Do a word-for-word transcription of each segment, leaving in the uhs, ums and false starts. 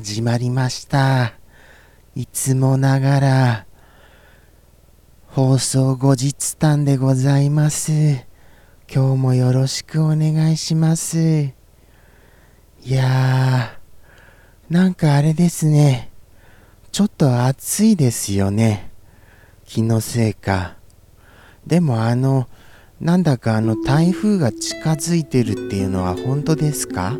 始まりました。いつもながら放送後日談でございます。今日もよろしくお願いします。いやー、なんかあれですね。ちょっと暑いですよね。気のせいか。でもあの、なんだかあの台風が近づいてるっていうのは本当ですか？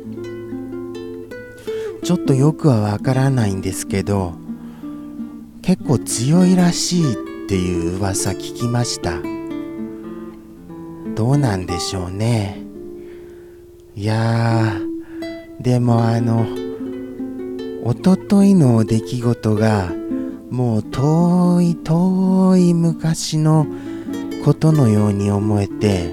ちょっとよくはわからないんですけど、結構強いらしいっていう噂聞きました。どうなんでしょうね。いやー、でもあの、おとといの出来事がもう遠い遠い昔のことのように思えて、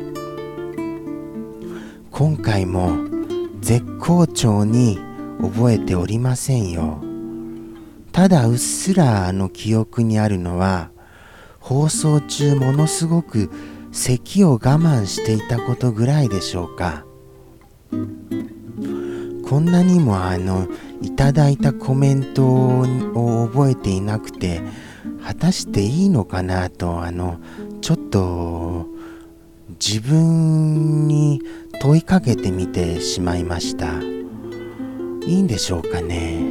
今回も絶好調に覚えておりませんよ。ただうっすらの記憶にあるのは、放送中ものすごく咳を我慢していたことぐらいでしょうか。こんなにもあのいただいたコメントを覚えていなくて、果たしていいのかなと、あのちょっと自分に問いかけてみてしまいました。いいんでしょうかね。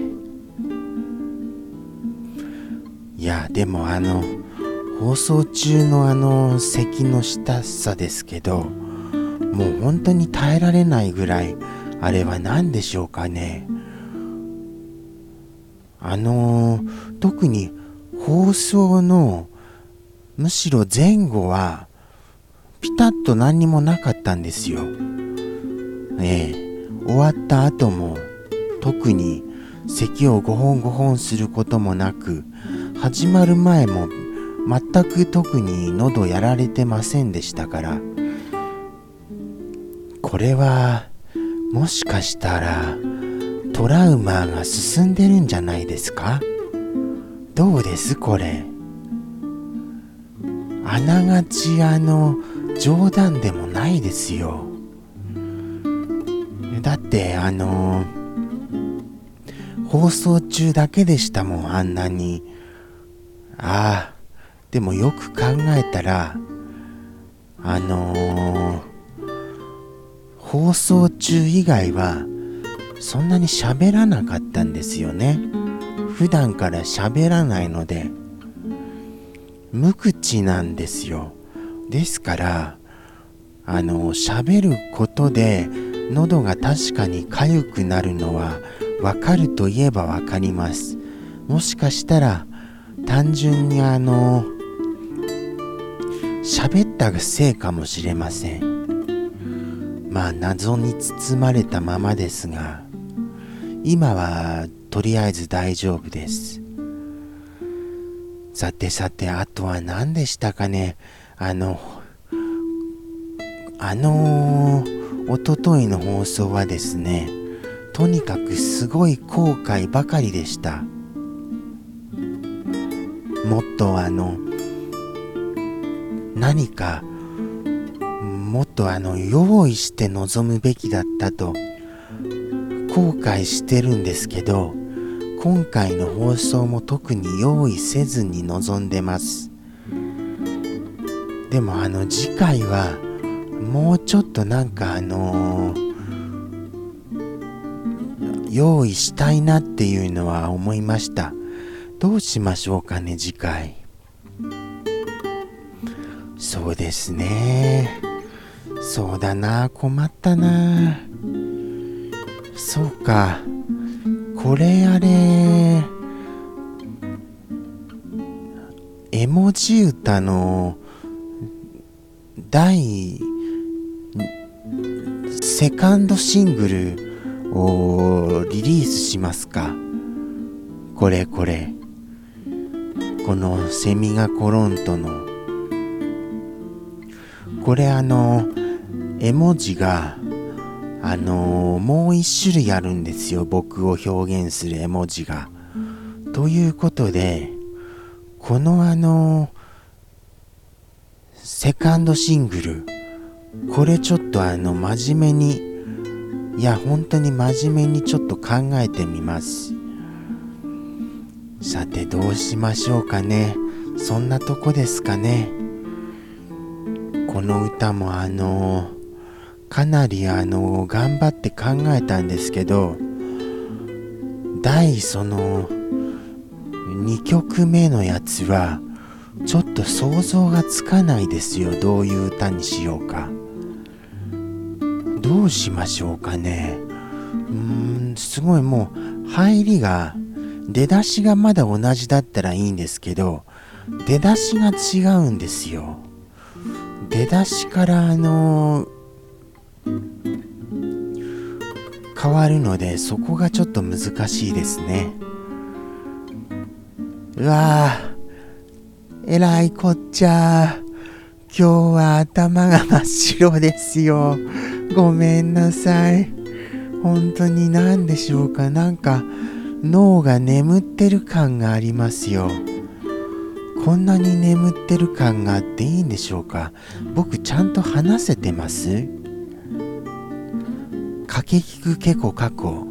いや、でもあの放送中のあの咳のしたさですけど、もう本当に耐えられないぐらい、あれは何でしょうかね。あのー、特に放送のむしろ前後はピタッと何にもなかったんですよ。ええ、終わった後も特に咳をごほんごほんすることもなく、始まる前も全く特に喉やられてませんでしたから、これはもしかしたらトラウマが進んでるんじゃないですか？どうですこれ。あながちあの冗談でもないですよ。だってあの放送中だけでしたもん、あんなに。ああ、でもよく考えたら、あのー、放送中以外はそんなに喋らなかったんですよね。普段から喋らないので無口なんですよ。ですからあの喋ることで喉が確かに痒くなるのはわかるといえばわかります。もしかしたら単純にあの喋ったせいかもしれません。まあ謎に包まれたままですが、今はとりあえず大丈夫です。さてさて、あとは何でしたかね。あのあのー、おとといの放送はですね、とにかくすごい後悔ばかりでした。もっとあの何かもっとあの用意して臨むべきだったと後悔してるんですけど、今回の放送も特に用意せずに臨んでます。でもあの次回はもうちょっとなんかあのー、用意したいなっていうのは思いました。どうしましょうかね、次回。そうですね。そうだな、困ったな。そうか、これあれ絵文字歌の第セカンドシングルをリリースしますか。これこれこのセミがコロンとのこれあの絵文字があのー、もう一種類あるんですよ、僕を表現する絵文字が。ということで、このあのー、セカンドシングル、これちょっとあの真面目にいや本当に真面目にちょっと考えてみます。さてどうしましょうかね。そんなとこですかね。この歌もあのかなりあの頑張って考えたんですけど、第そのにきょくめのやつはちょっと想像がつかないですよ。どういう歌にしようか。どうしましょうかね。うーんすごいもう入りが出だしがまだ同じだったらいいんですけど、出だしが違うんですよ。出だしからあの変わるので、そこがちょっと難しいですね。うわぁえらいこっちゃ。今日は頭が真っ白ですよ。ごめんなさい。本当に何でしょうか。なんか脳が眠ってる感がありますよ。こんなに眠ってる感があっていいんでしょうか。僕ちゃんと話せてます？かけきくけこかこ。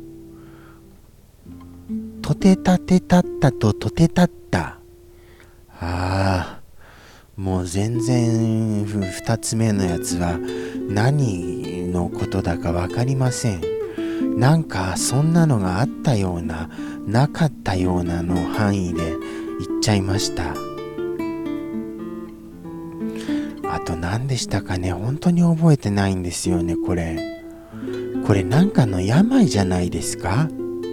とてたてたったととてたった。ああ、もう全然二つ目のやつは何のことだかわかりません。なんかそんなのがあったようななかったようなの範囲で言っちゃいました。あと何でしたかね。本当に覚えてないんですよね。これこれなんかの病じゃないですか。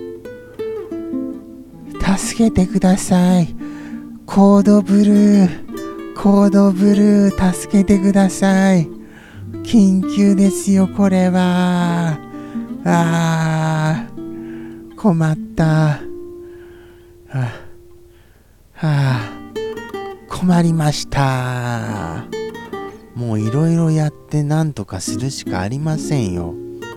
助けてください。コードブルーコードブルー助けてください。緊急ですよこれは。あー困った。はあ、はあ、困りました。もういろいろやってなんとかするしかありませんよ。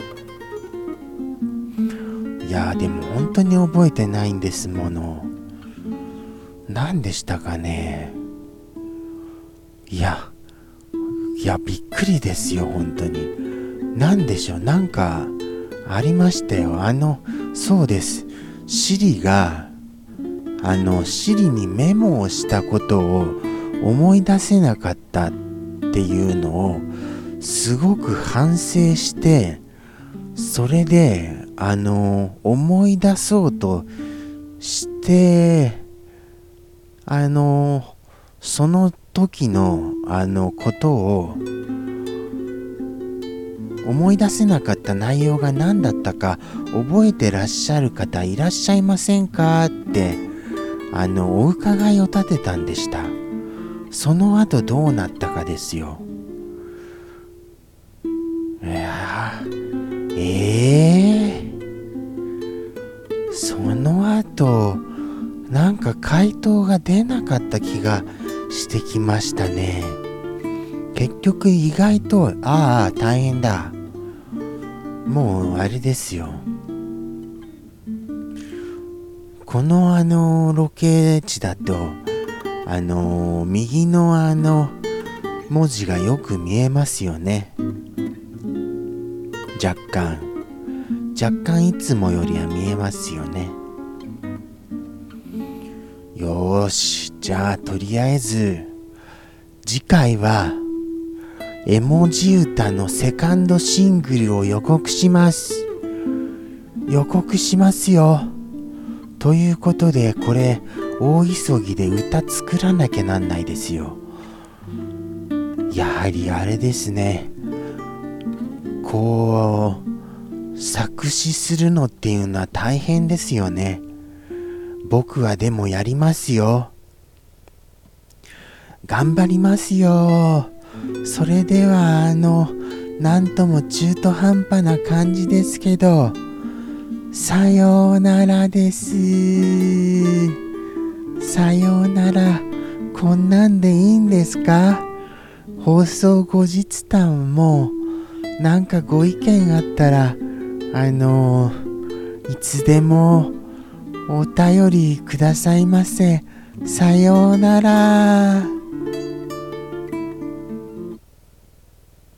いやでも本当に覚えてないんですもの。何でしたかね。いやいやびっくりですよ本当に。何でしょう。なんかありましたよ。あのそうです。シリがあのシリにメモをしたことを思い出せなかったっていうのをすごく反省して、それであの思い出そうとしてあのその時のあのことを思い出せなかった内容が何だったか覚えてらっしゃる方いらっしゃいませんかってあのお伺いを立てたんでした。その後どうなったかですよ。いやえー、その後なんか回答が出なかった気がしてきましたね。結局意外とああ大変だ。もうあれですよ。このあのロケ地だとあの右のあの文字がよく見えますよね。若干若干いつもよりは見えますよね。よーし、じゃあとりあえず次回は絵文字歌のセカンドシングルを予告します。予告しますよ。ということでこれ大急ぎで歌作らなきゃなんないですよ。やはりあれですね。こう作詞するのっていうのは大変ですよね。僕はでもやりますよ。頑張りますよ。それではあのなんとも中途半端な感じですけど、さようならです。さようなら。こんなんでいいんですか？放送後日談もなんかご意見あったらあのいつでもお便りくださいませ。さようなら。